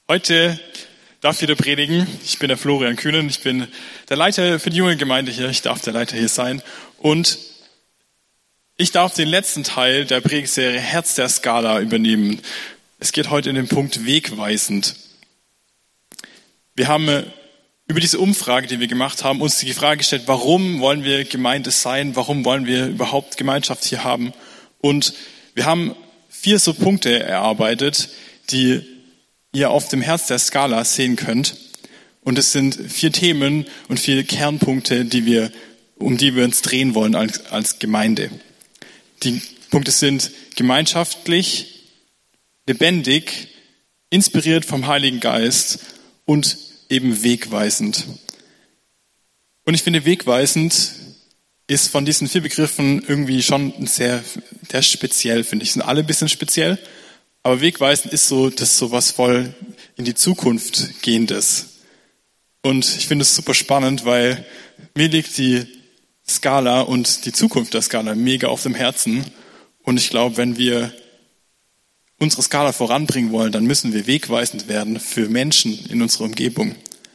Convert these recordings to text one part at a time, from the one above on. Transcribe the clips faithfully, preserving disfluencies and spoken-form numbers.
Heute darf ich wieder predigen. Ich bin der Florian Kühnen. Ich bin der Leiter für die junge Gemeinde hier. Ich darf der Leiter hier sein. Und ich darf den letzten Teil der Predigtserie Herz der Skala übernehmen. Es geht heute in den Punkt wegweisend. Wir haben über diese Umfrage, die wir gemacht haben, uns die Frage gestellt, warum wollen wir Gemeinde sein? Warum wollen wir überhaupt Gemeinschaft hier haben? Und wir haben vier so Punkte erarbeitet, die ihr auf dem Herz der Skala sehen könnt. Und es sind vier Themen und vier Kernpunkte, die wir, um die wir uns drehen wollen als, als Gemeinde. Die Punkte sind gemeinschaftlich, lebendig, inspiriert vom Heiligen Geist und eben wegweisend. Und ich finde, wegweisend ist von diesen vier Begriffen irgendwie schon sehr, sehr speziell, finde ich. Sind alle ein bisschen speziell. Aber wegweisend ist so, das ist so was voll in die Zukunft gehendes. Und ich finde es super spannend, weil mir liegt die Skala und die Zukunft der Skala mega auf dem Herzen. Und ich glaube, wenn wir unsere Skala voranbringen wollen, dann müssen wir wegweisend werden für Menschen in unserer Umgebung.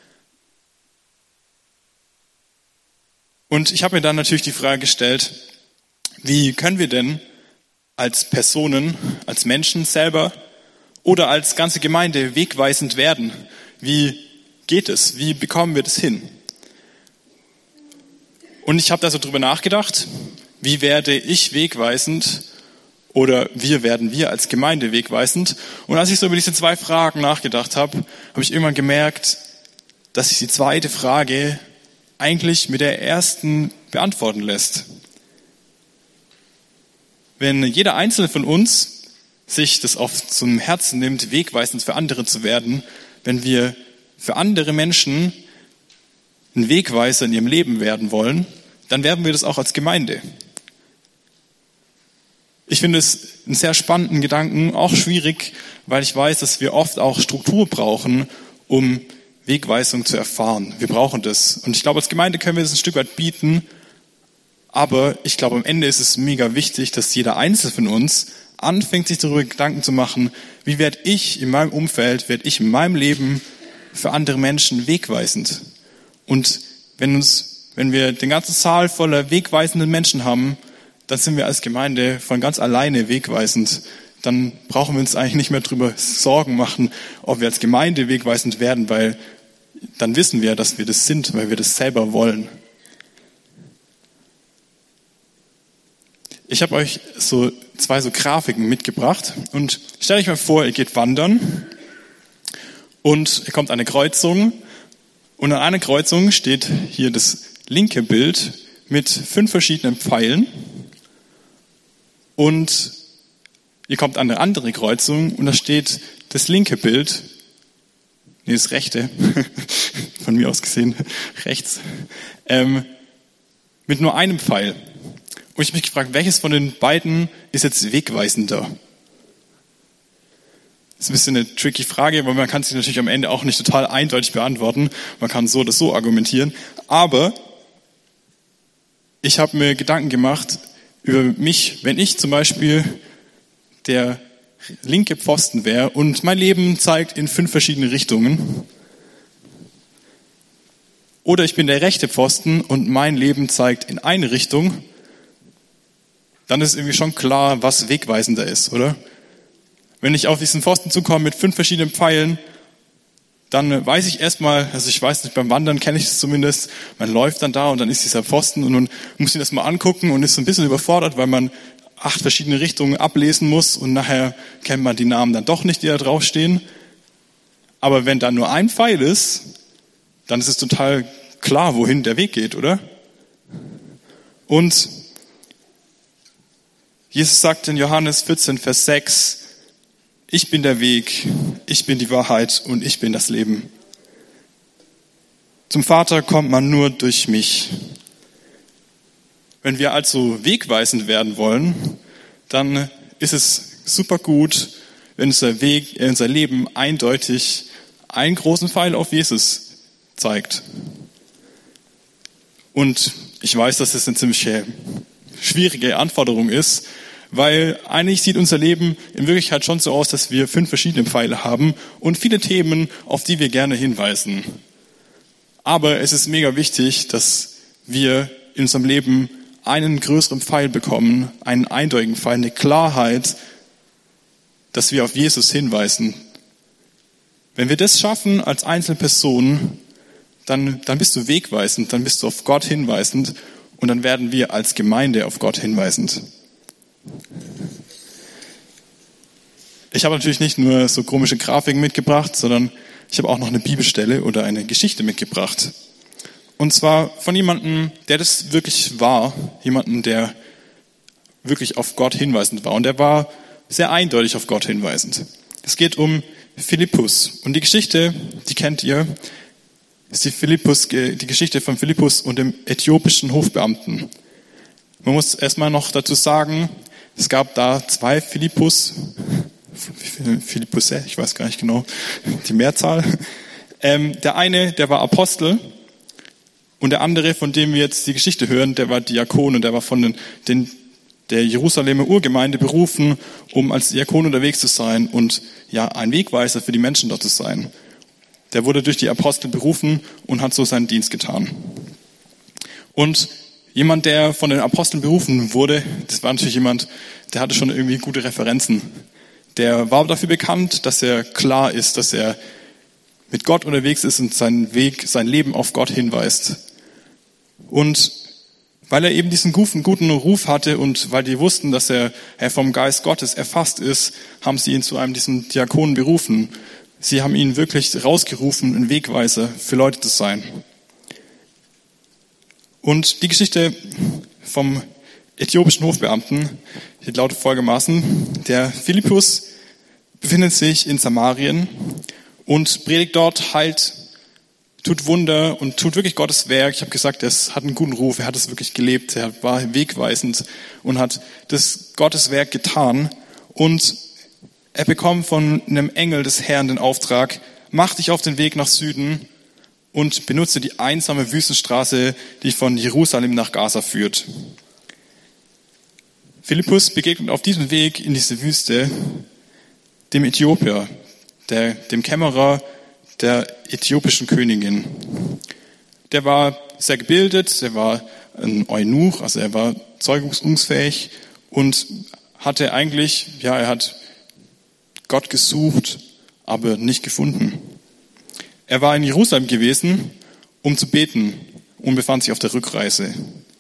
Und ich habe mir dann natürlich die Frage gestellt, wie können wir denn als Personen, als Menschen selber oder als ganze Gemeinde wegweisend werden? Wie geht es? Wie bekommen wir das hin? Und ich habe da so drüber nachgedacht, wie werde ich wegweisend oder wie werden wir als Gemeinde wegweisend? Und als ich so über diese zwei Fragen nachgedacht habe, habe ich irgendwann gemerkt, dass sich die zweite Frage eigentlich mit der ersten beantworten lässt. Wenn jeder Einzelne von uns sich das auf zum Herzen nimmt, wegweisend für andere zu werden, wenn wir für andere Menschen ein Wegweiser in ihrem Leben werden wollen, dann werden wir das auch als Gemeinde. Ich finde es einen sehr spannenden Gedanken, auch schwierig, weil ich weiß, dass wir oft auch Struktur brauchen, um Wegweisung zu erfahren. Wir brauchen das. Und ich glaube, als Gemeinde können wir das ein Stück weit bieten. Aber ich glaube, am Ende ist es mega wichtig, dass jeder Einzelne von uns anfängt, sich darüber Gedanken zu machen, wie werde ich in meinem Umfeld, werde ich in meinem Leben für andere Menschen wegweisend. Und wenn uns, wenn wir den ganzen Saal voller wegweisenden Menschen haben, dann sind wir als Gemeinde von ganz alleine wegweisend. Dann brauchen wir uns eigentlich nicht mehr darüber Sorgen machen, ob wir als Gemeinde wegweisend werden, weil dann wissen wir, dass wir das sind, weil wir das selber wollen. Ich habe euch so zwei so Grafiken mitgebracht und stellt euch mal vor, ihr geht wandern und ihr kommt an eine Kreuzung und an einer Kreuzung steht hier das linke Bild mit fünf verschiedenen Pfeilen und ihr kommt an eine andere Kreuzung und da steht das linke Bild, nee, das rechte, von mir aus gesehen, rechts, ähm, mit nur einem Pfeil. Und ich habe mich gefragt, welches von den beiden ist jetzt wegweisender? Das ist ein bisschen eine tricky Frage, weil man kann sich natürlich am Ende auch nicht total eindeutig beantworten. Man kann so oder so argumentieren. Aber ich habe mir Gedanken gemacht über mich, wenn ich zum Beispiel der linke Pfosten wäre und mein Leben zeigt in fünf verschiedene Richtungen. Oder ich bin der rechte Pfosten und mein Leben zeigt in eine Richtung. Dann ist irgendwie schon klar, was wegweisender ist, oder? Wenn ich auf diesen Pfosten zukomme mit fünf verschiedenen Pfeilen, dann weiß ich erstmal, also ich weiß nicht, beim Wandern kenne ich es zumindest, man läuft dann da und dann ist dieser Pfosten und man muss ihn das mal angucken und ist so ein bisschen überfordert, weil man acht verschiedene Richtungen ablesen muss und nachher kennt man die Namen dann doch nicht, die da draufstehen. Aber wenn da nur ein Pfeil ist, dann ist es total klar, wohin der Weg geht, oder? Und Jesus sagt in Johannes vierzehn, Vers sechs, ich bin der Weg, ich bin die Wahrheit und ich bin das Leben. Zum Vater kommt man nur durch mich. Wenn wir also wegweisend werden wollen, dann ist es super gut, wenn unser Weg, unser Leben eindeutig einen großen Pfeil auf Jesus zeigt. Und ich weiß, dass es eine ziemlich schwierige Anforderung ist, weil eigentlich sieht unser Leben in Wirklichkeit schon so aus, dass wir fünf verschiedene Pfeile haben und viele Themen, auf die wir gerne hinweisen. Aber es ist mega wichtig, dass wir in unserem Leben einen größeren Pfeil bekommen, einen eindeutigen Pfeil, eine Klarheit, dass wir auf Jesus hinweisen. Wenn wir das schaffen als Einzelperson, dann, dann bist du wegweisend, dann bist du auf Gott hinweisend und dann werden wir als Gemeinde auf Gott hinweisend. Ich habe natürlich nicht nur so komische Grafiken mitgebracht, sondern ich habe auch noch eine Bibelstelle oder eine Geschichte mitgebracht. Und zwar von jemandem, der das wirklich war, jemandem, der wirklich auf Gott hinweisend war. Und der war sehr eindeutig auf Gott hinweisend. Es geht um Philippus. Und die Geschichte, die kennt ihr, ist die, Philippus, die Geschichte von Philippus und dem äthiopischen Hofbeamten. Man muss erstmal noch dazu sagen, es gab da zwei Philippus, Philippus, ich weiß gar nicht genau die Mehrzahl. Ähm, der eine, der war Apostel und der andere, von dem wir jetzt die Geschichte hören, der war Diakon und der war von den, den der Jerusalemer Urgemeinde berufen, um als Diakon unterwegs zu sein und ja ein Wegweiser für die Menschen dort zu sein. Der wurde durch die Apostel berufen und hat so seinen Dienst getan. Und jemand, der von den Aposteln berufen wurde, das war natürlich jemand, der hatte schon irgendwie gute Referenzen. Der war dafür bekannt, dass er klar ist, dass er mit Gott unterwegs ist und seinen Weg, sein Leben auf Gott hinweist. Und weil er eben diesen guten Ruf hatte und weil die wussten, dass er vom Geist Gottes erfasst ist, haben sie ihn zu einem diesen Diakonen berufen. Sie haben ihn wirklich rausgerufen, ein Wegweiser für Leute zu sein. Und die Geschichte vom äthiopischen Hofbeamten, die lautet folgendermaßen: Der Philippus befindet sich in Samarien und predigt dort, heilt, tut Wunder und tut wirklich Gottes Werk. Ich habe gesagt, er hat einen guten Ruf, er hat es wirklich gelebt, er war wegweisend und hat das Gottes Werk getan. Und er bekommt von einem Engel des Herrn den Auftrag: Mach dich auf den Weg nach Süden und benutze die einsame Wüstenstraße, die von Jerusalem nach Gaza führt. Philippus begegnet auf diesem Weg in diese Wüste dem Äthiopier, der, dem Kämmerer der äthiopischen Königin. Der war sehr gebildet, der war ein Eunuch, also er war zeugungsunfähig und hatte eigentlich, ja, er hat Gott gesucht, aber nicht gefunden. Er war in Jerusalem gewesen, um zu beten und befand sich auf der Rückreise.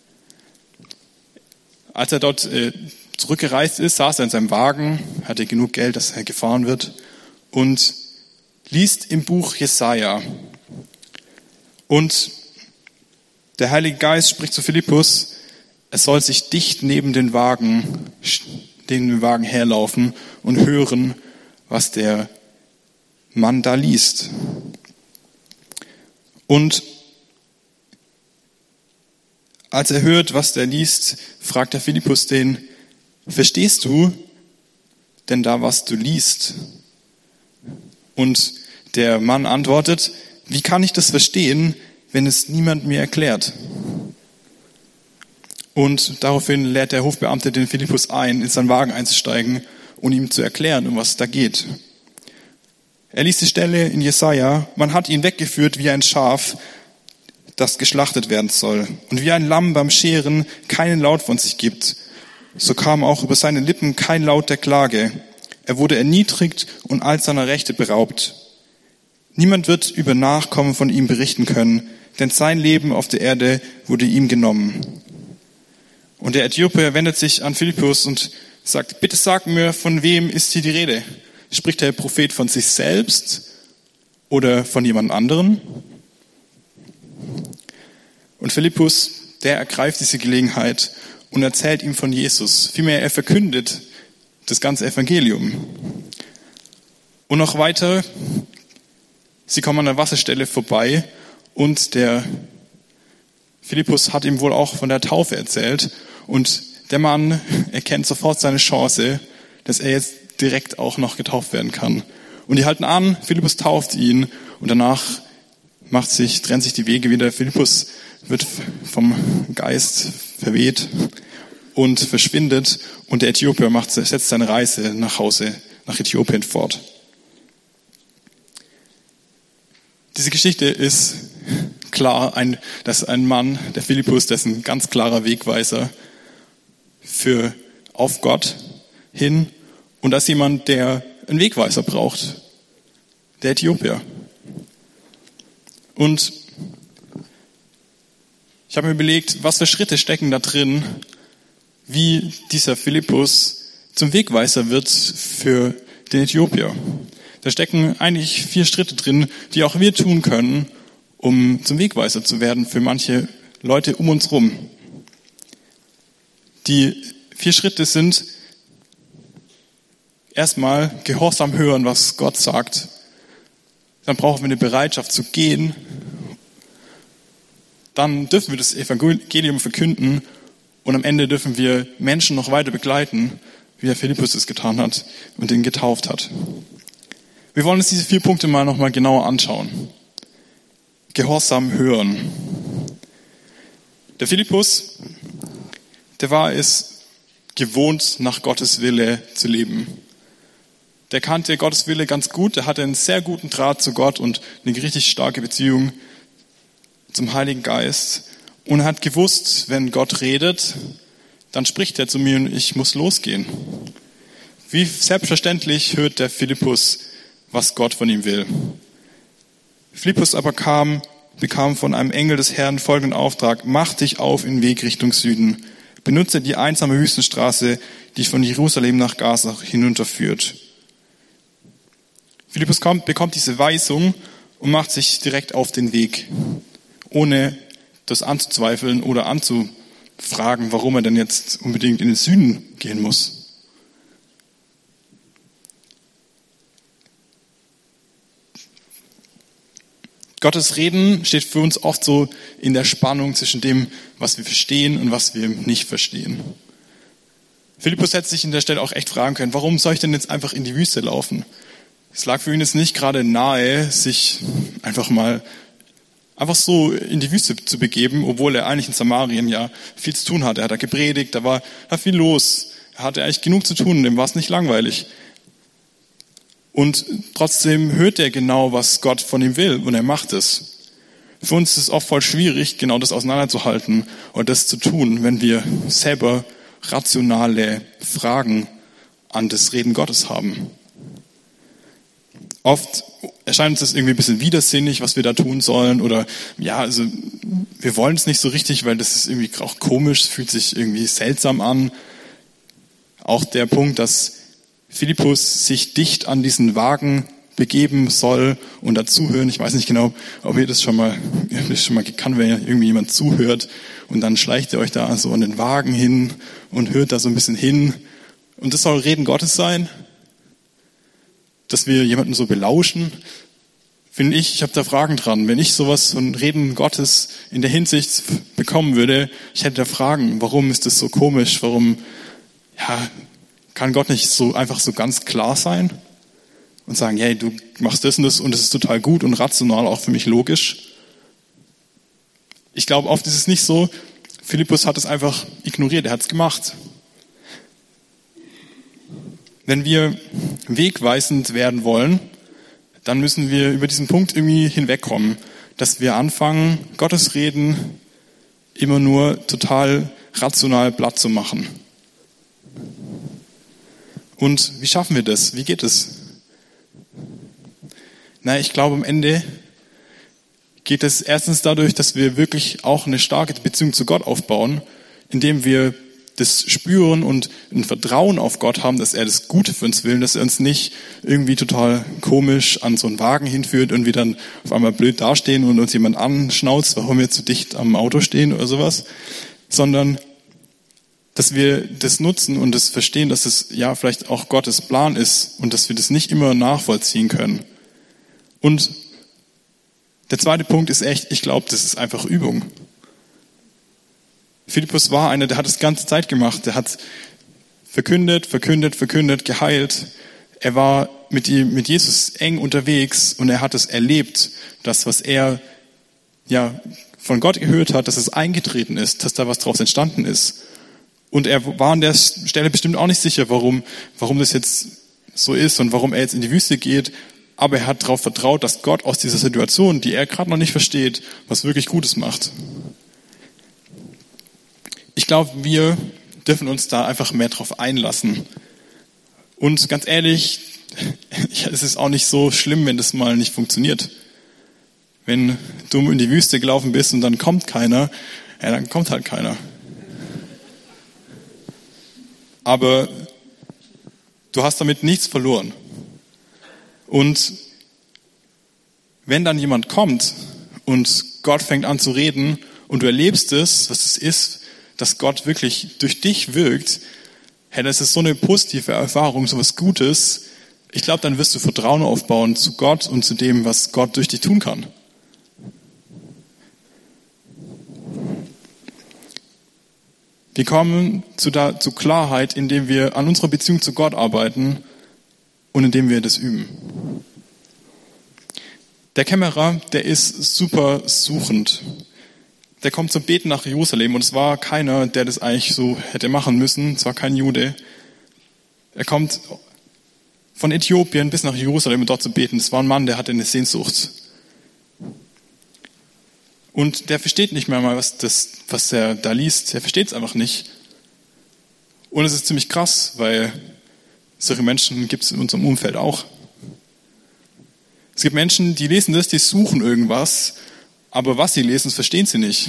Als er dort äh, zurückgereist ist, saß er in seinem Wagen, hatte genug Geld, dass er gefahren wird und liest im Buch Jesaja. Und der Heilige Geist spricht zu Philippus, er soll sich dicht neben den Wagen, neben den Wagen herlaufen und hören, was der Mann da liest. Und als er hört, was der liest, fragt der Philippus den: Verstehst du denn da, was du liest? Und der Mann antwortet: Wie kann ich das verstehen, wenn es niemand mir erklärt? Und daraufhin lädt der Hofbeamte den Philippus ein, in seinen Wagen einzusteigen und ihm zu erklären, um was es da geht. Er liest die Stelle in Jesaja: Man hat ihn weggeführt wie ein Schaf, das geschlachtet werden soll, und wie ein Lamm beim Scheren keinen Laut von sich gibt. So kam auch über seine Lippen kein Laut der Klage. Er wurde erniedrigt und all seiner Rechte beraubt. Niemand wird über Nachkommen von ihm berichten können, denn sein Leben auf der Erde wurde ihm genommen. Und der Äthiopier wendet sich an Philippus und sagt: Bitte sag mir, von wem ist hier die Rede? Spricht der Prophet von sich selbst oder von jemand anderem? Und Philippus, der ergreift diese Gelegenheit und erzählt ihm von Jesus. Vielmehr, er verkündet das ganze Evangelium. Und noch weiter, sie kommen an der Wasserstelle vorbei und der Philippus hat ihm wohl auch von der Taufe erzählt. Und der Mann erkennt sofort seine Chance, dass er jetzt direkt auch noch getauft werden kann. Und die halten an, Philippus tauft ihn und danach macht sich, trennt sich die Wege wieder. Philippus wird vom Geist verweht und verschwindet und der Äthiopier macht, setzt seine Reise nach Hause, nach Äthiopien fort. Diese Geschichte ist klar, ein, dass ein Mann, der Philippus, der ist ein ganz klarer Wegweiser für auf Gott hin und das ist jemand, der einen Wegweiser braucht, der Äthiopier. Und ich habe mir überlegt, was für Schritte stecken da drin, wie dieser Philippus zum Wegweiser wird für den Äthiopier. Da stecken eigentlich vier Schritte drin, die auch wir tun können, um zum Wegweiser zu werden für manche Leute um uns rum. Die vier Schritte sind erstmal gehorsam hören, was Gott sagt. Dann brauchen wir eine Bereitschaft zu gehen. Dann dürfen wir das Evangelium verkünden und am Ende dürfen wir Menschen noch weiter begleiten, wie der Philippus es getan hat und ihn getauft hat. Wir wollen uns diese vier Punkte mal nochmal genauer anschauen. Gehorsam hören. Der Philippus, der war es gewohnt, nach Gottes Wille zu leben. Der kannte Gottes Wille ganz gut, der hatte einen sehr guten Draht zu Gott und eine richtig starke Beziehung zum Heiligen Geist und er hat gewusst, wenn Gott redet, dann spricht er zu mir und ich muss losgehen. Wie selbstverständlich hört der Philippus, was Gott von ihm will. Philippus aber kam, bekam von einem Engel des Herrn folgenden Auftrag: Mach dich auf in Weg Richtung Süden. Benutze die einsame Wüstenstraße, die von Jerusalem nach Gaza hinunterführt. Philippus kommt, bekommt diese Weisung und macht sich direkt auf den Weg, ohne das anzuzweifeln oder anzufragen, warum er denn jetzt unbedingt in den Süden gehen muss. Gottes Reden steht für uns oft so in der Spannung zwischen dem, was wir verstehen und was wir nicht verstehen. Philippus hätte sich in der Stelle auch echt fragen können, warum soll ich denn jetzt einfach in die Wüste laufen? Es lag für ihn jetzt nicht gerade nahe, sich einfach mal einfach so in die Wüste zu begeben, obwohl er eigentlich in Samarien ja viel zu tun hatte. Er hat da gepredigt, da war, da viel los. Er hatte eigentlich genug zu tun, dem war es nicht langweilig. Und trotzdem hört er genau, was Gott von ihm will und er macht es. Für uns ist es oft voll schwierig, genau das auseinanderzuhalten und das zu tun, wenn wir selber rationale Fragen an das Reden Gottes haben. Oft erscheint uns das irgendwie ein bisschen widersinnig, was wir da tun sollen oder ja, also wir wollen es nicht so richtig, weil das ist irgendwie auch komisch, es fühlt sich irgendwie seltsam an. Auch der Punkt, dass Philippus sich dicht an diesen Wagen begeben soll und dazuhören. Ich weiß nicht genau, ob ihr das schon mal, ihr habt das schon mal gekannt, wenn irgendwie jemand zuhört und dann schleicht ihr euch da so an den Wagen hin und hört da so ein bisschen hin. Und das soll Reden Gottes sein, dass wir jemanden so belauschen. Finde ich, ich habe da Fragen dran. Wenn ich sowas von Reden Gottes in der Hinsicht bekommen würde, ich hätte da Fragen. Warum ist das so komisch? Warum, ja, kann Gott nicht so einfach so ganz klar sein und sagen, hey, du machst das und das und es ist total gut und rational, auch für mich logisch? Ich glaube, oft ist es nicht so. Philippus hat es einfach ignoriert, er hat es gemacht. Wenn wir wegweisend werden wollen, dann müssen wir über diesen Punkt irgendwie hinwegkommen, dass wir anfangen, Gottes Reden immer nur total rational platt zu machen. Und wie schaffen wir das? Wie geht es? Na, ich glaube, am Ende geht es erstens dadurch, dass wir wirklich auch eine starke Beziehung zu Gott aufbauen, indem wir das spüren und ein Vertrauen auf Gott haben, dass er das Gute für uns will, dass er uns nicht irgendwie total komisch an so einen Wagen hinführt und wir dann auf einmal blöd dastehen und uns jemand anschnauzt, warum wir zu dicht am Auto stehen oder sowas, sondern dass wir das nutzen und das verstehen, dass es ja vielleicht auch Gottes Plan ist und dass wir das nicht immer nachvollziehen können. Und der zweite Punkt ist echt, ich glaube, das ist einfach Übung. Philippus war einer, der hat das ganze Zeit gemacht. Der hat verkündet, verkündet, verkündet, geheilt. Er war mit, ihm, mit Jesus eng unterwegs und er hat es erlebt, dass was er ja von Gott gehört hat, dass es eingetreten ist, dass da was draus entstanden ist. Und er war an der Stelle bestimmt auch nicht sicher, warum, warum das jetzt so ist und warum er jetzt in die Wüste geht. Aber er hat darauf vertraut, dass Gott aus dieser Situation, die er gerade noch nicht versteht, was wirklich Gutes macht. Ich glaube, wir dürfen uns da einfach mehr drauf einlassen. Und ganz ehrlich, es ist auch nicht so schlimm, wenn das mal nicht funktioniert. Wenn du in die Wüste gelaufen bist und dann kommt keiner, ja, dann kommt halt keiner. Aber du hast damit nichts verloren. Und wenn dann jemand kommt und Gott fängt an zu reden und du erlebst es, was es ist, dass Gott wirklich durch dich wirkt, hey, das ist so eine positive Erfahrung, so was Gutes. Ich glaube, dann wirst du Vertrauen aufbauen zu Gott und zu dem, was Gott durch dich tun kann. Wir kommen zu, da, zu Klarheit, indem wir an unserer Beziehung zu Gott arbeiten und indem wir das üben. Der Kämmerer, der ist super suchend. Der kommt zum Beten nach Jerusalem und es war keiner, der das eigentlich so hätte machen müssen. Es war kein Jude. Er kommt von Äthiopien bis nach Jerusalem, um dort zu beten. Es war ein Mann, der hatte eine Sehnsucht. Und der versteht nicht mehr mal, was, das, was er da liest. Er versteht es einfach nicht. Und es ist ziemlich krass, weil solche Menschen gibt es in unserem Umfeld auch. Es gibt Menschen, die lesen das, die suchen irgendwas, aber was sie lesen, das verstehen sie nicht.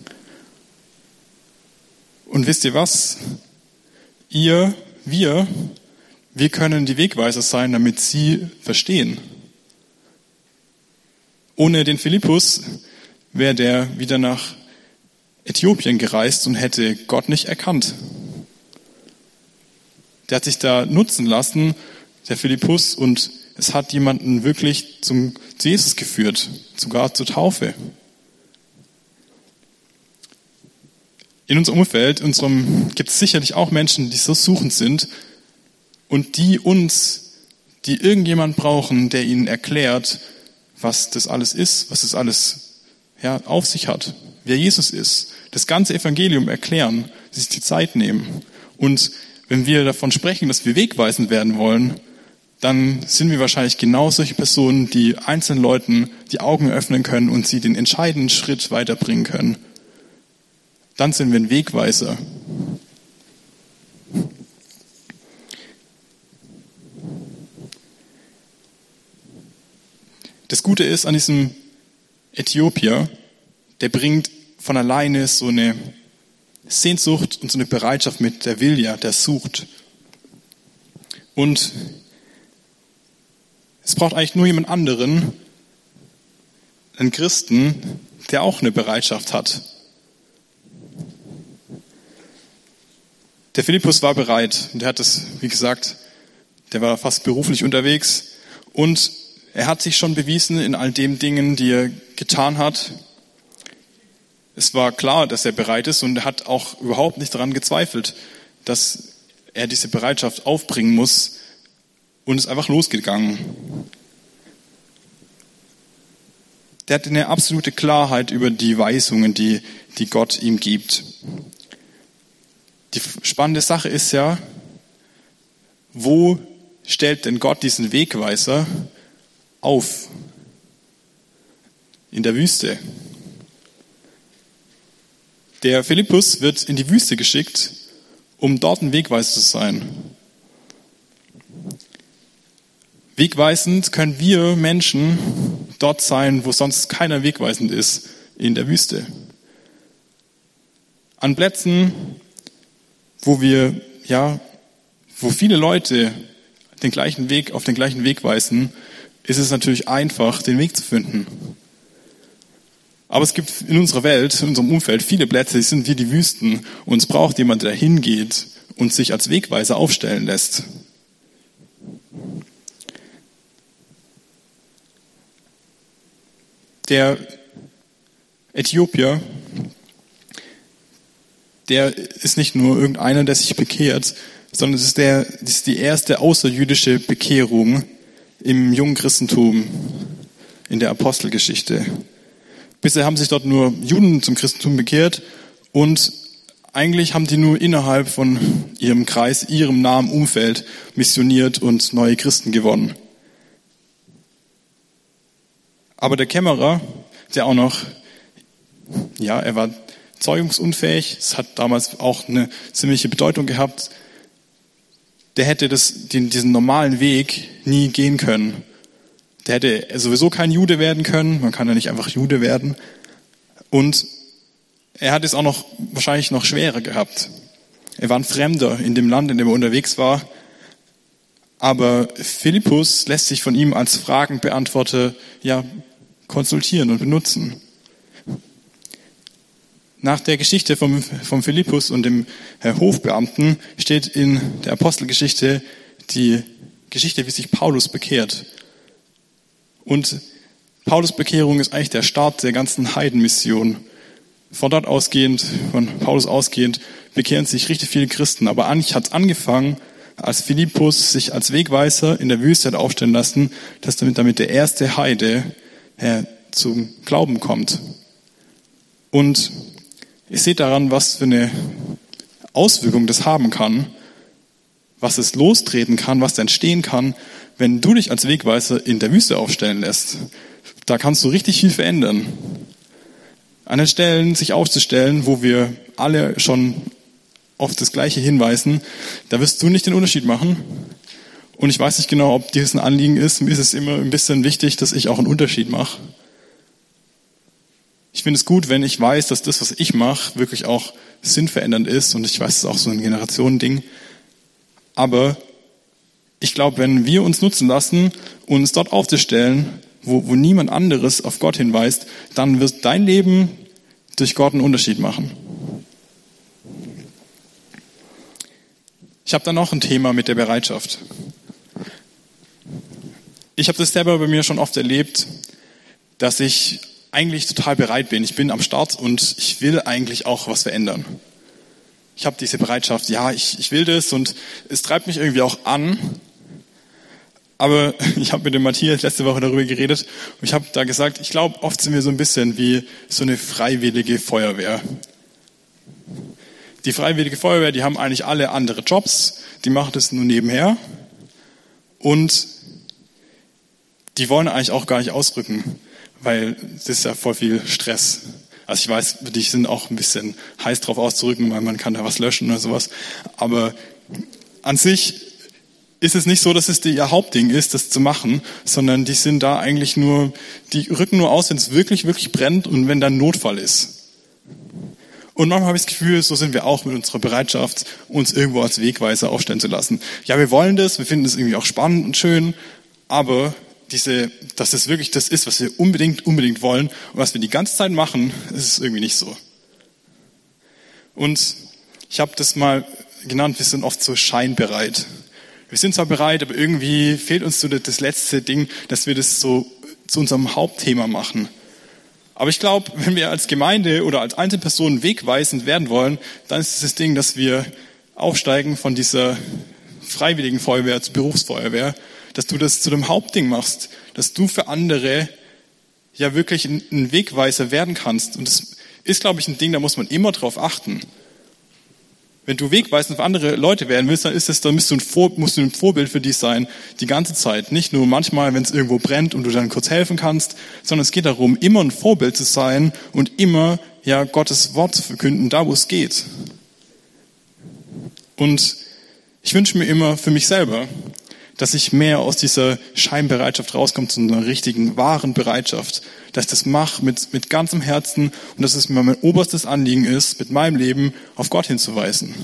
Und wisst ihr was? Ihr, wir, wir können die Wegweiser sein, damit sie verstehen. Ohne den Philippus wäre der wieder nach Äthiopien gereist und hätte Gott nicht erkannt. Der hat sich da nutzen lassen, der Philippus, und es hat jemanden wirklich zum, zu Jesus geführt, sogar zur Taufe. In unserem Umfeld, unserem, gibt es sicherlich auch Menschen, die so suchend sind und die uns, die irgendjemand brauchen, der ihnen erklärt, was das alles ist, was das alles ja, auf sich hat, wer Jesus ist, das ganze Evangelium erklären, sich die Zeit nehmen. Und wenn wir davon sprechen, dass wir wegweisend werden wollen, dann sind wir wahrscheinlich genau solche Personen, die einzelnen Leuten die Augen öffnen können und sie den entscheidenden Schritt weiterbringen können. Dann sind wir ein Wegweiser. Das Gute ist an diesem Äthiopier, der bringt von alleine so eine Sehnsucht und so eine Bereitschaft mit, der will ja, der sucht. Und es braucht eigentlich nur jemand anderen, einen Christen, der auch eine Bereitschaft hat. Der Philippus war bereit und der hat es, wie gesagt, der war fast beruflich unterwegs und er hat sich schon bewiesen in all den Dingen, die er getan hat. Es war klar, dass er bereit ist und er hat auch überhaupt nicht daran gezweifelt, dass er diese Bereitschaft aufbringen muss und ist einfach losgegangen. Der hat eine absolute Klarheit über die Weisungen, die, die Gott ihm gibt. Die spannende Sache ist ja, wo stellt denn Gott diesen Wegweiser auf? In der Wüste. Der Philippus wird in die Wüste geschickt, um dort ein Wegweiser zu sein. Wegweisend können wir Menschen dort sein, wo sonst keiner wegweisend ist, in der Wüste. An Plätzen, wo wir, ja, wo viele Leute den gleichen Weg, auf den gleichen Weg weisen, ist es natürlich einfach, den Weg zu finden. Aber es gibt in unserer Welt, in unserem Umfeld viele Plätze, die sind wie die Wüsten und es braucht jemand, der hingeht und sich als Wegweiser aufstellen lässt. Der Äthiopier, der ist nicht nur irgendeiner, der sich bekehrt, sondern es ist, der, das ist die erste außerjüdische Bekehrung im jungen Christentum, in der Apostelgeschichte. Bisher haben sich dort nur Juden zum Christentum bekehrt und eigentlich haben die nur innerhalb von ihrem Kreis, ihrem nahen Umfeld missioniert und neue Christen gewonnen. Aber der Kämmerer, der auch noch, ja, er war zeugungsunfähig, es hat damals auch eine ziemliche Bedeutung gehabt, der hätte das, den, diesen normalen Weg nie gehen können. Der hätte sowieso kein Jude werden können, man kann ja nicht einfach Jude werden. Und er hat es auch noch wahrscheinlich noch schwerer gehabt. Er war ein Fremder in dem Land, in dem er unterwegs war. Aber Philippus lässt sich von ihm als Fragenbeantworter ja konsultieren und benutzen. Nach der Geschichte vom, vom Philippus und dem Hofbeamten steht in der Apostelgeschichte die Geschichte, wie sich Paulus bekehrt. Und Paulus' Bekehrung ist eigentlich der Start der ganzen Heidenmission. Von dort ausgehend, von Paulus ausgehend, bekehren sich richtig viele Christen. Aber eigentlich hat es angefangen, als Philippus sich als Wegweiser in der Wüste hat aufstellen lassen, dass damit, damit der erste Heide äh, zum Glauben kommt. Und ihr seht daran, was für eine Auswirkung das haben kann, was es lostreten kann, was entstehen kann, wenn du dich als Wegweiser in der Wüste aufstellen lässt. Da kannst du richtig viel verändern. An den Stellen sich aufzustellen, wo wir alle schon auf das Gleiche hinweisen, da wirst du nicht den Unterschied machen. Und ich weiß nicht genau, ob dir das ein Anliegen ist. Mir ist es immer ein bisschen wichtig, dass ich auch einen Unterschied mache. Ich finde es gut, wenn ich weiß, dass das, was ich mache, wirklich auch sinnverändernd ist. Und ich weiß, es ist auch so ein Generationending. Aber ich glaube, wenn wir uns nutzen lassen, uns dort aufzustellen, wo, wo niemand anderes auf Gott hinweist, dann wird dein Leben durch Gott einen Unterschied machen. Ich habe dann noch ein Thema mit der Bereitschaft. Ich habe das selber bei mir schon oft erlebt, dass ich eigentlich total bereit bin. Ich bin am Start und ich will eigentlich auch was verändern. Ich habe diese Bereitschaft, ja, ich, ich will das und es treibt mich irgendwie auch an. Aber ich habe mit dem Matthias letzte Woche darüber geredet und ich habe da gesagt, ich glaube, oft sind wir so ein bisschen wie so eine freiwillige Feuerwehr. Die freiwillige Feuerwehr, die haben eigentlich alle andere Jobs, die machen das nur nebenher und die wollen eigentlich auch gar nicht ausrücken, weil das ist ja voll viel Stress. Also ich weiß, die sind auch ein bisschen heiß drauf auszurücken, weil man kann da was löschen oder sowas. Aber an sich ist es nicht so, dass es ihr Hauptding ist, das zu machen, sondern die sind da eigentlich nur, die rücken nur aus, wenn es wirklich, wirklich brennt und wenn da ein Notfall ist. Und manchmal habe ich das Gefühl, so sind wir auch mit unserer Bereitschaft, uns irgendwo als Wegweiser aufstellen zu lassen. Ja, wir wollen das, wir finden das irgendwie auch spannend und schön, aber diese, dass es wirklich das ist, was wir unbedingt, unbedingt wollen und was wir die ganze Zeit machen, ist es irgendwie nicht so. Und ich habe das mal genannt, wir sind oft so scheinbereit. Wir sind zwar bereit, aber irgendwie fehlt uns so das letzte Ding, dass wir das so zu unserem Hauptthema machen. Aber ich glaube, wenn wir als Gemeinde oder als Einzelpersonen wegweisend werden wollen, dann ist es das Ding, dass wir aufsteigen von dieser freiwilligen Feuerwehr zur Berufsfeuerwehr, dass du das zu dem Hauptding machst, dass du für andere ja wirklich ein Wegweiser werden kannst. Und das ist, glaube ich, ein Ding, da muss man immer drauf achten. Wenn du wegweisend für andere Leute werden willst, dann ist es, dann musst du, ein Vor, musst du ein Vorbild für dich sein, die ganze Zeit. Nicht nur manchmal, wenn es irgendwo brennt und du dann kurz helfen kannst, sondern es geht darum, immer ein Vorbild zu sein und immer ja Gottes Wort zu verkünden, da wo es geht. Und ich wünsche mir immer für mich selber, dass ich mehr aus dieser Scheinbereitschaft rauskomme zu einer richtigen, wahren Bereitschaft. Dass ich das mache mit, mit ganzem Herzen und dass es mir mein oberstes Anliegen ist, mit meinem Leben auf Gott hinzuweisen.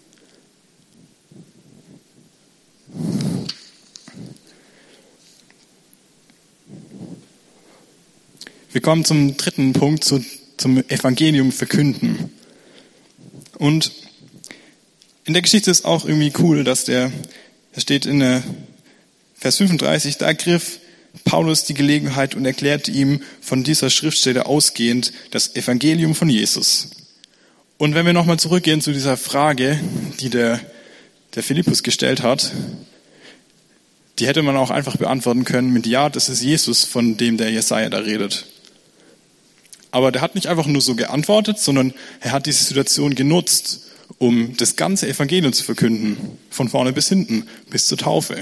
Wir kommen zum dritten Punkt, zu, zum Evangelium verkünden. Und in der Geschichte ist auch irgendwie cool, dass der, da steht in der Vers fünfunddreißig, da ergriff Paulus die Gelegenheit und erklärte ihm von dieser Schriftstelle ausgehend das Evangelium von Jesus. Und wenn wir nochmal zurückgehen zu dieser Frage, die der, der Philippus gestellt hat, die hätte man auch einfach beantworten können mit ja, das ist Jesus, von dem der Jesaja da redet. Aber der hat nicht einfach nur so geantwortet, sondern er hat diese Situation genutzt, um das ganze Evangelium zu verkünden, von vorne bis hinten, bis zur Taufe.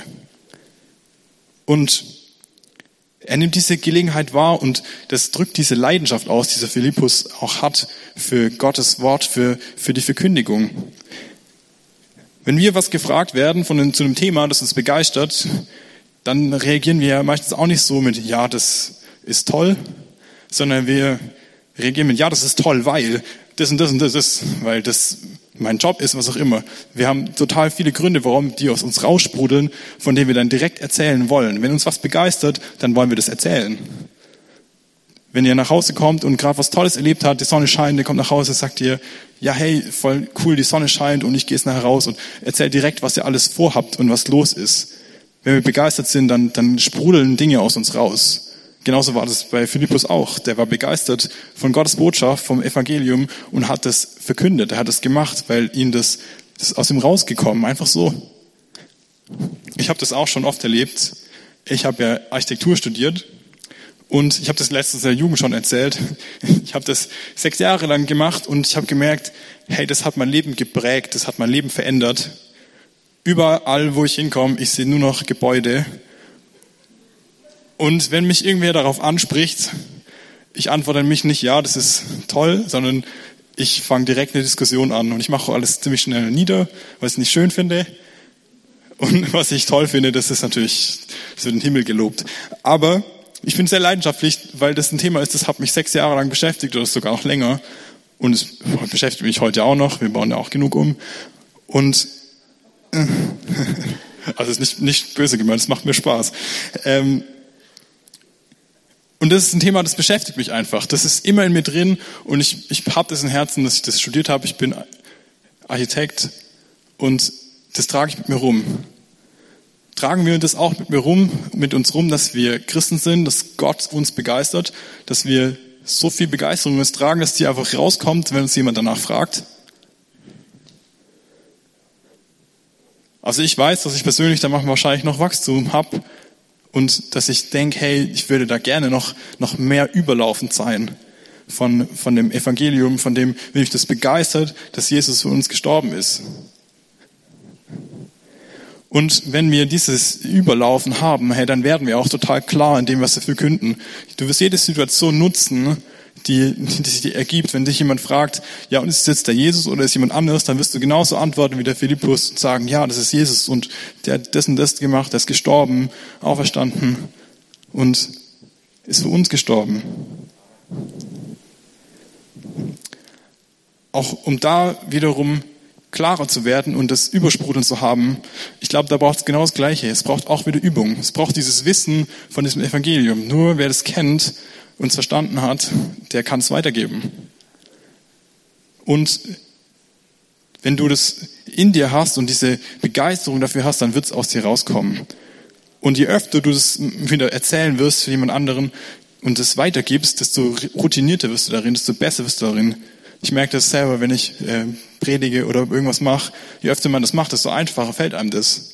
Und er nimmt diese Gelegenheit wahr und das drückt diese Leidenschaft aus, die dieser Philippus auch hat für Gottes Wort, für, für die Verkündigung. Wenn wir was gefragt werden von einem, zu einem Thema, das uns begeistert, dann reagieren wir meistens auch nicht so mit, ja, das ist toll, sondern wir reagieren mit, ja, das ist toll, weil das und das und das ist, weil das mein Job ist, was auch immer. Wir haben total viele Gründe, warum die aus uns raussprudeln, von denen wir dann direkt erzählen wollen. Wenn uns was begeistert, dann wollen wir das erzählen. Wenn ihr nach Hause kommt und gerade was Tolles erlebt habt, die Sonne scheint, ihr kommt nach Hause, sagt ihr, ja hey, voll cool, die Sonne scheint und ich gehe jetzt nachher raus und erzählt direkt, was ihr alles vorhabt und was los ist. Wenn wir begeistert sind, dann, dann sprudeln Dinge aus uns raus. Genauso war das bei Philippus auch. Der war begeistert von Gottes Botschaft, vom Evangelium und hat das verkündet. Er hat das gemacht, weil ihm das, das ist aus ihm rausgekommen, einfach so. Ich habe das auch schon oft erlebt. Ich habe ja Architektur studiert und ich habe das letztens in der Jugend schon erzählt. Ich habe das sechs Jahre lang gemacht und ich habe gemerkt, hey, das hat mein Leben geprägt, das hat mein Leben verändert. Überall, wo ich hinkomme, ich sehe nur noch Gebäude. Und wenn mich irgendwer darauf anspricht, ich antworte mich nicht, ja, das ist toll, sondern ich fange direkt eine Diskussion an und ich mache alles ziemlich schnell nieder, was ich nicht schön finde. Und was ich toll finde, das ist natürlich, das wird in den Himmel gelobt. Aber ich bin sehr leidenschaftlich, weil das ein Thema ist, das hat mich sechs Jahre lang beschäftigt oder sogar noch länger. Und es beschäftigt mich heute auch noch, wir bauen ja auch genug um. Und also es ist nicht, nicht böse gemeint, es macht mir Spaß. Ähm, Und das ist ein Thema, das beschäftigt mich einfach. Das ist immer in mir drin und ich, ich habe das im Herzen, dass ich das studiert habe. Ich bin Architekt und das trage ich mit mir rum. Tragen wir das auch mit mir rum, mit uns rum, dass wir Christen sind, dass Gott uns begeistert, dass wir so viel Begeisterung uns tragen, dass die einfach rauskommt, wenn uns jemand danach fragt. Also ich weiß, dass ich persönlich da wahrscheinlich noch Wachstum habe. Und dass ich denke, hey, ich würde da gerne noch, noch mehr überlaufend sein von, von dem Evangelium, von dem, wie mich das begeistert, dass Jesus für uns gestorben ist. Und wenn wir dieses Überlaufen haben, hey, dann werden wir auch total klar in dem, was wir verkünden. Du wirst jede Situation nutzen, die, die sich dir ergibt. Wenn dich jemand fragt, ja, und ist es jetzt der Jesus oder ist jemand anderes, dann wirst du genauso antworten wie der Philippus und sagen, ja, das ist Jesus und der hat das und das gemacht, der ist gestorben, auferstanden und ist für uns gestorben. Auch um da wiederum klarer zu werden und das Übersprudeln zu haben, ich glaube, da braucht es genau das Gleiche. Es braucht auch wieder Übung. Es braucht dieses Wissen von diesem Evangelium. Nur wer das kennt, uns verstanden hat, der kann es weitergeben. Und wenn du das in dir hast und diese Begeisterung dafür hast, dann wird es aus dir rauskommen. Und je öfter du das wieder erzählen wirst für jemand anderen und es weitergibst, desto routinierter wirst du darin, desto besser wirst du darin. Ich merke das selber, wenn ich äh, predige oder irgendwas mache. Je öfter man das macht, desto einfacher fällt einem das.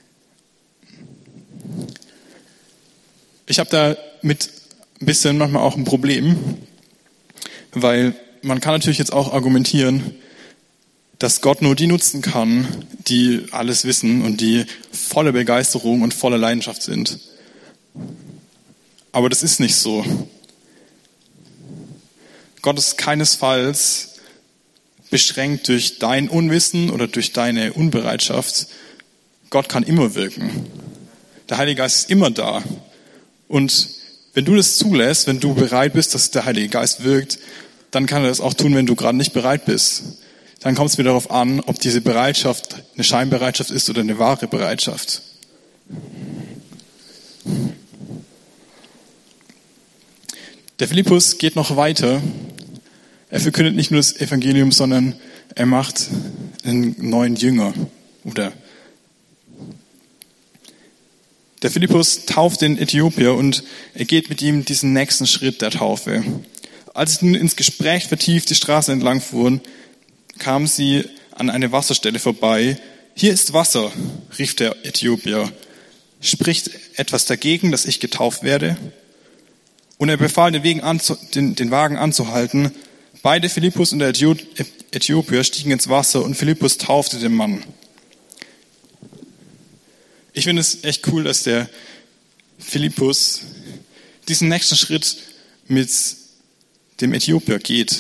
Ich habe da mit ein bisschen manchmal auch ein Problem, weil man kann natürlich jetzt auch argumentieren, dass Gott nur die nutzen kann, die alles wissen und die voller Begeisterung und voller Leidenschaft sind. Aber das ist nicht so. Gott ist keinesfalls beschränkt durch dein Unwissen oder durch deine Unbereitschaft. Gott kann immer wirken. Der Heilige Geist ist immer da. Und wenn du das zulässt, wenn du bereit bist, dass der Heilige Geist wirkt, dann kann er das auch tun, wenn du gerade nicht bereit bist. Dann kommt es wieder darauf an, ob diese Bereitschaft eine Scheinbereitschaft ist oder eine wahre Bereitschaft. Der Philippus geht noch weiter. Er verkündet nicht nur das Evangelium, sondern er macht einen neuen Jünger. Oder der Philippus tauft den Äthiopier und er geht mit ihm diesen nächsten Schritt der Taufe. Als sie nun ins Gespräch vertieft die Straße entlang fuhren, kamen sie an eine Wasserstelle vorbei. Hier ist Wasser, rief der Äthiopier. Spricht etwas dagegen, dass ich getauft werde? Und er befahl, den, Wegen anzu, den, den Wagen anzuhalten. Beide, Philippus und der Äthiopier, stiegen ins Wasser und Philippus taufte den Mann. Ich finde es echt cool, dass der Philippus diesen nächsten Schritt mit dem Äthiopier geht.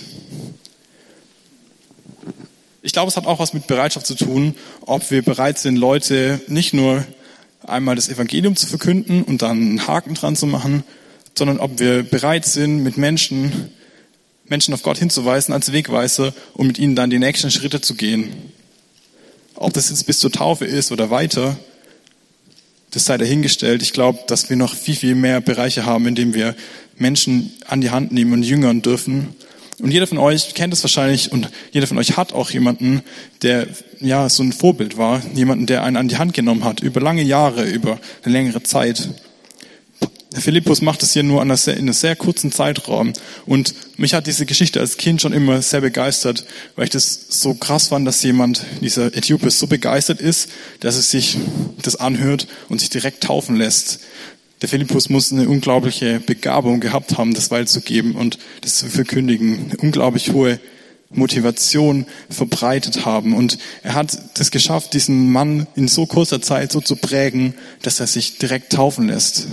Ich glaube, es hat auch was mit Bereitschaft zu tun, ob wir bereit sind, Leute nicht nur einmal das Evangelium zu verkünden und dann einen Haken dran zu machen, sondern ob wir bereit sind, mit Menschen, Menschen auf Gott hinzuweisen als Wegweiser und mit ihnen dann die nächsten Schritte zu gehen. Ob das jetzt bis zur Taufe ist oder weiter, das sei dahingestellt. Ich glaube, dass wir noch viel, viel mehr Bereiche haben, in denen wir Menschen an die Hand nehmen und jüngern dürfen. Und jeder von euch kennt es wahrscheinlich und jeder von euch hat auch jemanden, der ja so ein Vorbild war, jemanden, der einen an die Hand genommen hat, über lange Jahre, über eine längere Zeit. Philippus macht das hier nur in einem sehr kurzen Zeitraum. Und mich hat diese Geschichte als Kind schon immer sehr begeistert, weil ich das so krass fand, dass jemand, dieser Äthiopier, so begeistert ist, dass er sich das anhört und sich direkt taufen lässt. Der Philippus muss eine unglaubliche Begabung gehabt haben, das weiterzugeben und das zu verkündigen. Eine unglaublich hohe Motivation verbreitet haben. Und er hat es geschafft, diesen Mann in so kurzer Zeit so zu prägen, dass er sich direkt taufen lässt.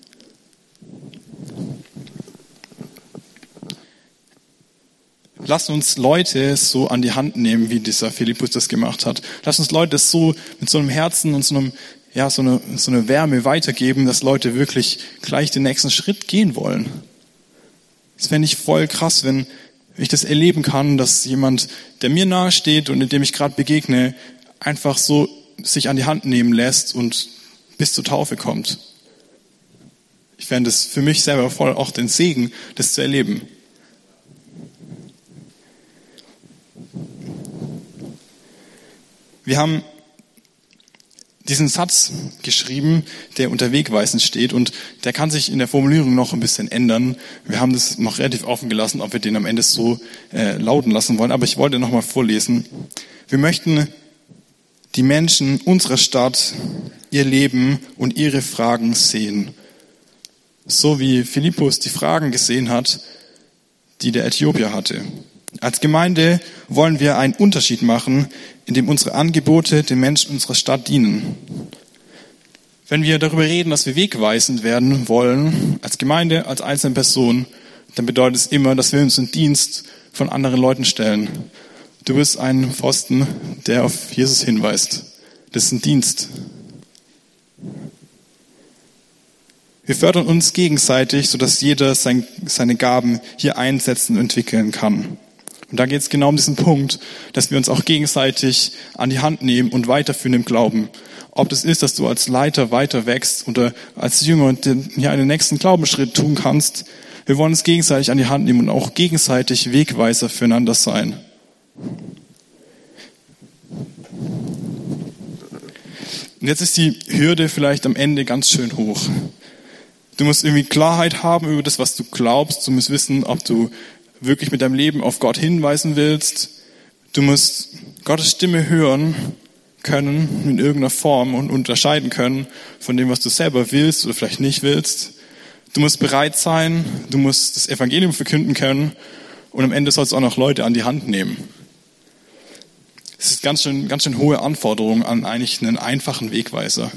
Lass uns Leute so an die Hand nehmen, wie dieser Philippus das gemacht hat. Lass uns Leute das so mit so einem Herzen und so einem ja, so eine, so eine Wärme weitergeben, dass Leute wirklich gleich den nächsten Schritt gehen wollen. Das fände ich voll krass, wenn ich das erleben kann, dass jemand, der mir nahe steht und in dem ich gerade begegne, einfach so sich an die Hand nehmen lässt und bis zur Taufe kommt. Ich fände es für mich selber voll auch den Segen, das zu erleben. Wir haben diesen Satz geschrieben, der unter Wegweisend steht und der kann sich in der Formulierung noch ein bisschen ändern. Wir haben das noch relativ offen gelassen, ob wir den am Ende so äh, lauten lassen wollen, aber ich wollte noch mal vorlesen. Wir möchten die Menschen unserer Stadt, ihr Leben und ihre Fragen sehen. So wie Philippus die Fragen gesehen hat, die der Äthiopier hatte. Als Gemeinde wollen wir einen Unterschied machen, indem unsere Angebote den Menschen unserer Stadt dienen. Wenn wir darüber reden, dass wir wegweisend werden wollen, als Gemeinde, als einzelne Person, dann bedeutet es immer, dass wir uns in Dienst von anderen Leuten stellen. Du bist ein Pfosten, der auf Jesus hinweist. Das ist ein Dienst. Wir fördern uns gegenseitig, sodass jeder sein, seine Gaben hier einsetzen und entwickeln kann. Und da geht es genau um diesen Punkt, dass wir uns auch gegenseitig an die Hand nehmen und weiterführen im Glauben. Ob das ist, dass du als Leiter weiter wächst oder als Jünger den, ja, einen nächsten Glaubensschritt tun kannst. Wir wollen uns gegenseitig an die Hand nehmen und auch gegenseitig Wegweiser füreinander sein. Und jetzt ist die Hürde vielleicht am Ende ganz schön hoch. Du musst irgendwie Klarheit haben über das, was du glaubst. Du musst wissen, ob du wirklich mit deinem Leben auf Gott hinweisen willst. Du musst Gottes Stimme hören können in irgendeiner Form und unterscheiden können von dem, was du selber willst oder vielleicht nicht willst. Du musst bereit sein, du musst das Evangelium verkünden können und am Ende sollst du auch noch Leute an die Hand nehmen. Es ist ganz schön, ganz schön hohe Anforderung an eigentlich einen einfachen Wegweiser.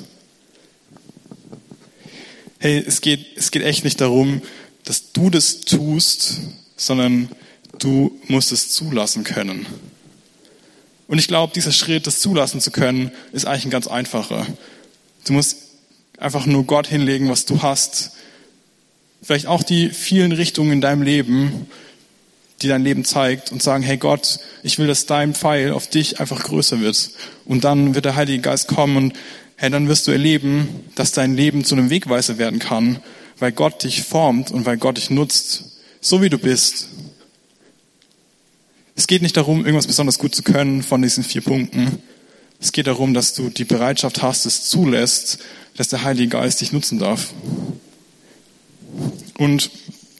Hey, es geht, es geht echt nicht darum, dass du das tust, sondern du musst es zulassen können. Und ich glaube, dieser Schritt, das zulassen zu können, ist eigentlich ein ganz einfacher. Du musst einfach nur Gott hinlegen, was du hast. Vielleicht auch die vielen Richtungen in deinem Leben, die dein Leben zeigt und sagen, hey Gott, ich will, dass dein Pfeil auf dich einfach größer wird. Und dann wird der Heilige Geist kommen und hey, dann wirst du erleben, dass dein Leben zu einem Wegweiser werden kann, weil Gott dich formt und weil Gott dich nutzt. So wie du bist. Es geht nicht darum, irgendwas besonders gut zu können von diesen vier Punkten. Es geht darum, dass du die Bereitschaft hast, es zulässt, dass der Heilige Geist dich nutzen darf. Und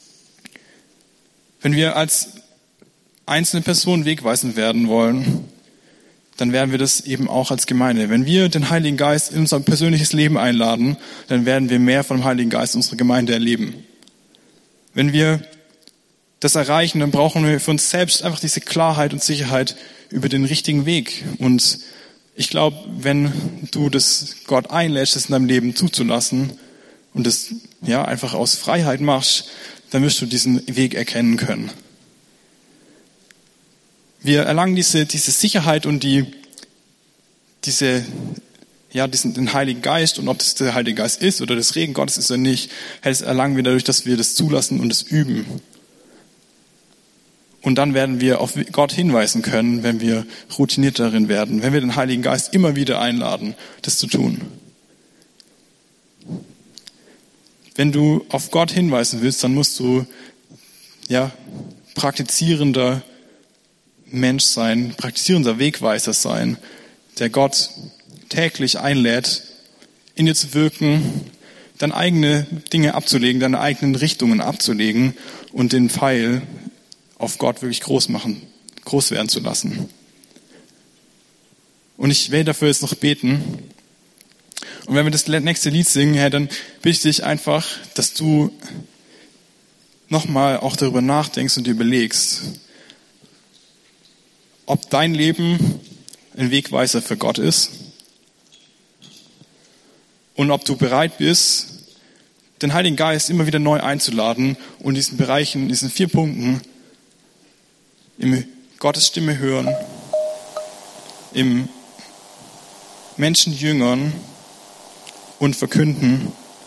wenn wir als einzelne Person wegweisend werden wollen, dann werden wir das eben auch als Gemeinde. Wenn wir den Heiligen Geist in unser persönliches Leben einladen, dann werden wir mehr vom Heiligen Geist in unserer Gemeinde erleben. Wenn wir das erreichen, dann brauchen wir für uns selbst einfach diese Klarheit und Sicherheit über den richtigen Weg. Und ich glaube, wenn du das Gott einlädst, das in deinem Leben zuzulassen und das ja einfach aus Freiheit machst, dann wirst du diesen Weg erkennen können. Wir erlangen diese, diese Sicherheit und die, diese, ja, diesen, den Heiligen Geist, und ob das der Heilige Geist ist oder das Reden Gottes ist oder nicht, das erlangen wir dadurch, dass wir das zulassen und es üben. Und dann werden wir auf Gott hinweisen können, wenn wir routiniert darin werden, wenn wir den Heiligen Geist immer wieder einladen, das zu tun. Wenn du auf Gott hinweisen willst, dann musst du ja praktizierender Mensch sein, praktizierender Wegweiser sein, der Gott täglich einlädt, in dir zu wirken, deine eigene Dinge abzulegen, deine eigenen Richtungen abzulegen und den Pfeil auf Gott wirklich groß machen, groß werden zu lassen. Und ich werde dafür jetzt noch beten. Und wenn wir das nächste Lied singen, Herr, dann bitte ich dich einfach, dass du nochmal auch darüber nachdenkst und dir überlegst, ob dein Leben ein Wegweiser für Gott ist und ob du bereit bist, den Heiligen Geist immer wieder neu einzuladen und in diesen Bereichen, in diesen vier Punkten, im Gottes Stimme hören, im Menschen jüngern und verkünden,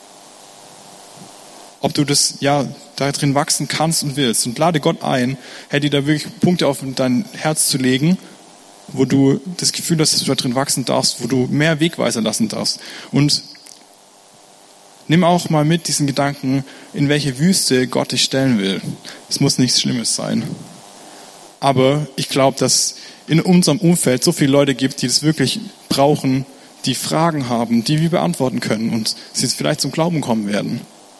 ob du das ja da drin wachsen kannst und willst. Und lade Gott ein, Herr, dir da wirklich Punkte auf dein Herz zu legen, wo du das Gefühl hast, dass du da drin wachsen darfst, wo du mehr Wegweiser lassen darfst. Und nimm auch mal mit diesen Gedanken, in welche Wüste Gott dich stellen will. Es muss nichts Schlimmes sein. Aber ich glaube, dass in unserem Umfeld so viele Leute gibt, die das wirklich brauchen, die Fragen haben, die wir beantworten können und sie jetzt vielleicht zum Glauben kommen werden.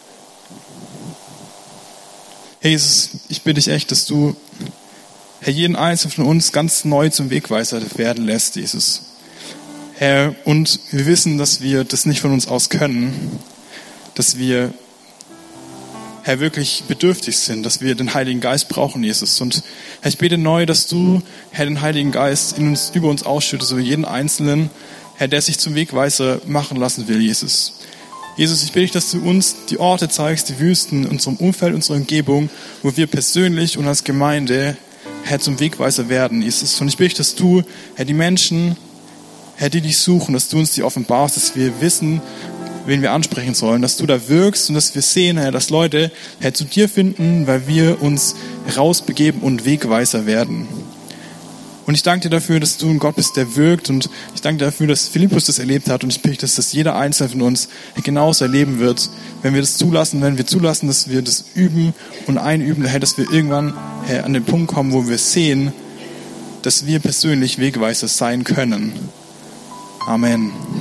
Herr Jesus, ich bitte dich echt, dass du, Herr, jeden Einzelnen von uns ganz neu zum Wegweiser werden lässt, Jesus. Herr, und wir wissen, dass wir das nicht von uns aus können, dass wir, Herr, wirklich bedürftig sind, dass wir den Heiligen Geist brauchen, Jesus. Und Herr, ich bete neu, dass du, Herr, den Heiligen Geist in uns, über uns ausschüttest, über jeden Einzelnen, Herr, der sich zum Wegweiser machen lassen will, Jesus. Jesus, ich bitte dich, dass du uns die Orte zeigst, die Wüsten in unserem Umfeld, unserer Umgebung, wo wir persönlich und als Gemeinde, Herr, zum Wegweiser werden, Jesus. Und ich bitte dich, dass du, Herr, die Menschen, Herr, die dich suchen, dass du uns die offenbarst, dass wir wissen, wen wir ansprechen sollen, dass du da wirkst und dass wir sehen, Herr, dass Leute, Herr, zu dir finden, weil wir uns rausbegeben und Wegweiser werden. Und ich danke dir dafür, dass du ein Gott bist, der wirkt, und ich danke dir dafür, dass Philippus das erlebt hat, und ich bitte, dass das jeder Einzelne von uns genauso erleben wird, wenn wir das zulassen, wenn wir zulassen, dass wir das üben und einüben, Herr, dass wir irgendwann, Herr, an den Punkt kommen, wo wir sehen, dass wir persönlich Wegweiser sein können. Amen.